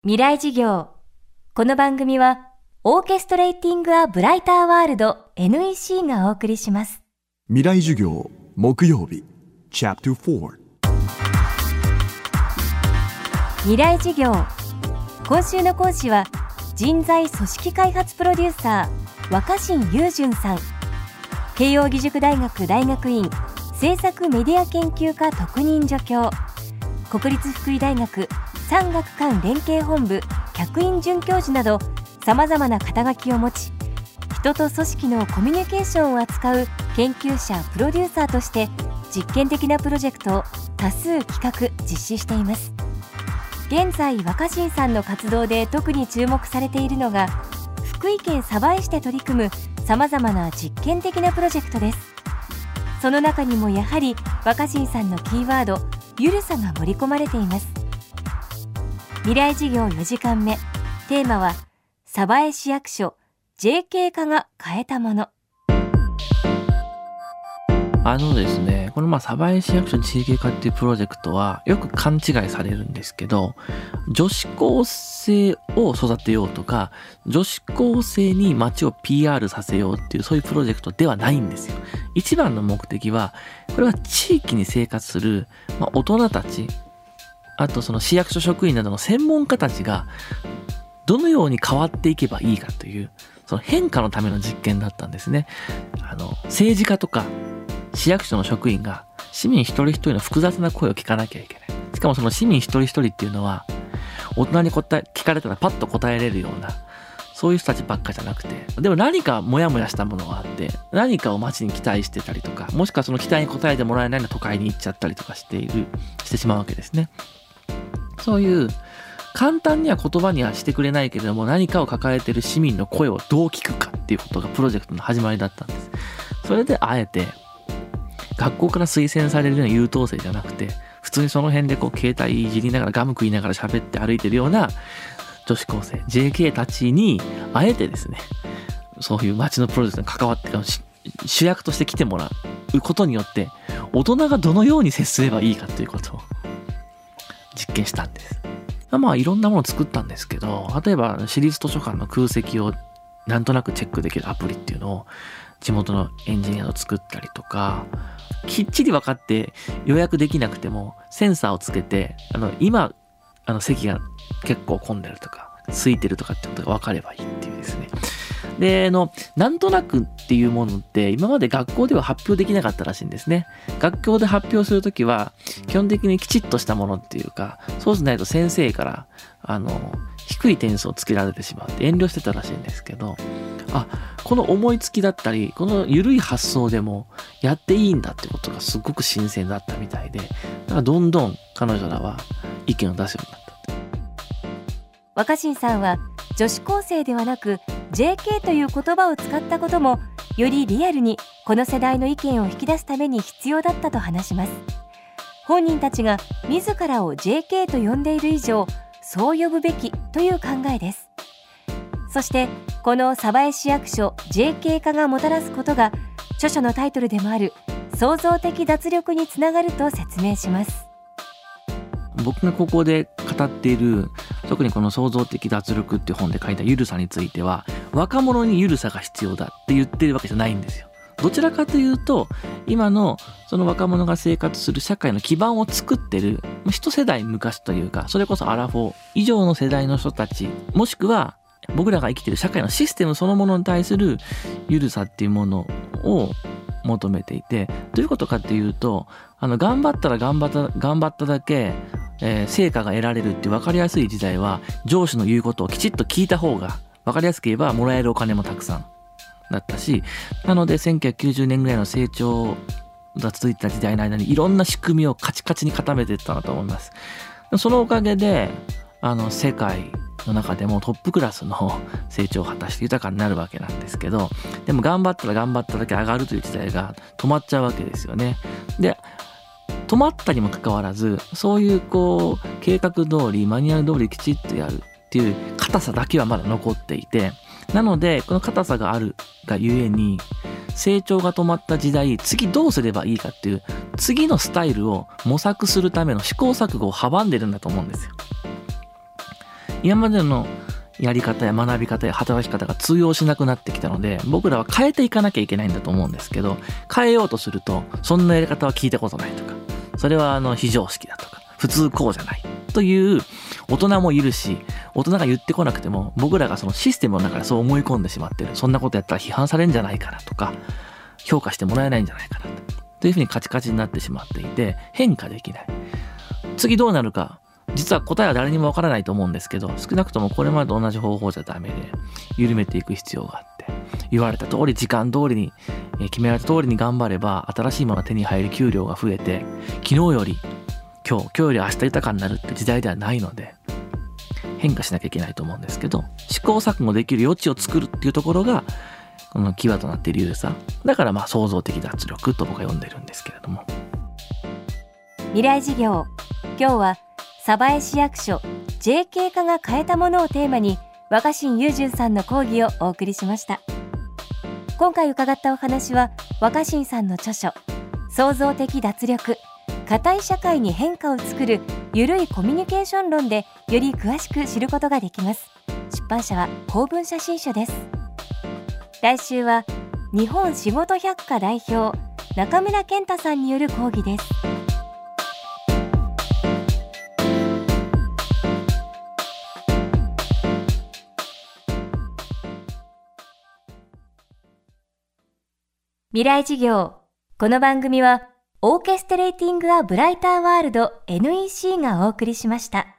未来事業。この番組はオーケストレーティング・ア・ブライター・ワールド NEC がお送りします。 未来授業木曜日チャプター4 未来事業。今週の講師は人材組織開発プロデューサー若新雄純さん、慶應義塾大学大学院政策メディア研究科特任助教、国立福井大学産学官連携本部客員准教授などさまざまな肩書きを持ち、人と組織のコミュニケーションを扱う研究者プロデューサーとして実験的なプロジェクトを多数企画実施しています。現在若新さんの活動で特に注目されているのが福井県鯖江市で取り組むさまざまな実験的なプロジェクトです。その中にもやはり若新さんのキーワードゆるさが盛り込まれています。未来事業4時間目、テーマは鯖江市役所 JK 化が変えたもの。 ですね、この鯖江市役所 JK 化っていうプロジェクトはよく勘違いされるんですけど、女子高生を育てようとか女子高生に街を PR させようっていうそういうプロジェクトではないんですよ。一番の目的はこれは地域に生活する、大人たち、あとその市役所職員などの専門家たちがどのように変わっていけばいいかというその変化のための実験だったんですね。政治家とか市役所の職員が市民一人一人の複雑な声を聞かなきゃいけない。しかもその市民一人一人っていうのは大人に聞かれたらパッと答えれるようなそういう人たちばっかじゃなくて、でも何かモヤモヤしたものがあって何かを街に期待してたりとか、もしくはその期待に応えてもらえないの都会に行っちゃったりとかしてしまうわけですね。そういう簡単には言葉にはしてくれないけれども何かを抱えている市民の声をどう聞くかっていうことがプロジェクトの始まりだったんです。それであえて学校から推薦されるような優等生じゃなくて、普通にその辺で携帯いじりながらガム食いながら喋って歩いてるような女子高生 JK たちにあえてですね、そういう街のプロジェクトに関わって主役として来てもらうことによって大人がどのように接すればいいかということを実験したんです。いろんなものを作ったんですけど、例えば市立図書館の空席をなんとなくチェックできるアプリっていうのを地元のエンジニアと作ったりとか、きっちり分かって予約できなくてもセンサーをつけて今席が結構混んでるとか空いてるとかってことが分かればいいっていうですね。でなんとなくっていうものって今まで学校では発表できなかったらしいんですね。学校で発表するときは基本的にきちっとしたものっていうか、そうしないと先生から低い点数をつけられてしまうって遠慮してたらしいんですけど、この思いつきだったりこの緩い発想でもやっていいんだってことがすごく新鮮だったみたいで、だからどんどん彼女らは意見を出すようになった。 若新さんは女子高生ではなく JK という言葉を使ったこともよりリアルにこの世代の意見を引き出すために必要だったと話します。本人たちが自らを JK と呼んでいる以上そう呼ぶべきという考えです。そしてこの鯖江市役所 JK 化がもたらすことが著書のタイトルでもある創造的脱力につながると説明します。 僕がここで語っている特にこの創造的脱力っていう本で書いたゆるさについては若者にゆるさが必要だって言ってるわけじゃないんですよ。どちらかというと今のその若者が生活する社会の基盤を作ってる一世代昔というか、それこそアラフォー以上の世代の人たち、もしくは僕らが生きている社会のシステムそのものに対するゆるさっていうものを求めていて、どういうことかっていうと頑張ったら頑張っただけ、成果が得られるっていう分かりやすい時代は上司の言うことをきちっと聞いた方が分かりやすく言えばもらえるお金もたくさんだったし、なので1990年ぐらいの成長が続いた時代の間にいろんな仕組みをカチカチに固めていったなと思います。そのおかげで世界の中でもトップクラスの成長を果たして豊かになるわけなんですけど、でも頑張ったら頑張っただけ上がるという時代が止まっちゃうわけですよね。で止まったにもかかわらずそういう計画通りマニュアル通りきちっとやるっていう硬さだけはまだ残っていて、なのでこの硬さがあるがゆえに成長が止まった時代、次どうすればいいかっていう次のスタイルを模索するための試行錯誤を阻んでるんだと思うんですよ。 今までのやり方や学び方や働き方が通用しなくなってきたので、僕らは変えていかなきゃいけないんだと思うんですけど、変えようとするとそんなやり方は聞いたことないとか、それは非常識だとか、普通こうじゃないという大人もいるし、大人が言ってこなくても僕らがそのシステムの中でそう思い込んでしまってる。そんなことやったら批判されるんじゃないかなとか、評価してもらえないんじゃないかなというふうにカチカチになってしまっていて、変化できない。次どうなるか、実は答えは誰にもわからないと思うんですけど、少なくともこれまでと同じ方法じゃダメで、緩めていく必要があって、言われた通り、時間通りに、決められた通りに頑張れば、新しいものが手に入る、給料が増えて、昨日より今日より明日豊かになるって時代ではないので、変化しなきゃいけないと思うんですけど、試行錯誤できる余地を作るっていうところがこのキーワードとなっているユーザーだから、創造的脱力と僕は呼んでるんですけれども。 未来事業、今日は鯖江市役所 JK 化が変えたものをテーマに若新雄純さんの講義をお送りしました。今回伺ったお話は若新さんの著書創造的脱力、固い社会に変化を作るゆるいコミュニケーション論でより詳しく知ることができます。出版社は公文写真書です。来週は日本仕事百科代表中村健太さんによる講義です。未来事業、この番組はオーケストレーティング・ア・ブライター・ワールド NEC がお送りしました。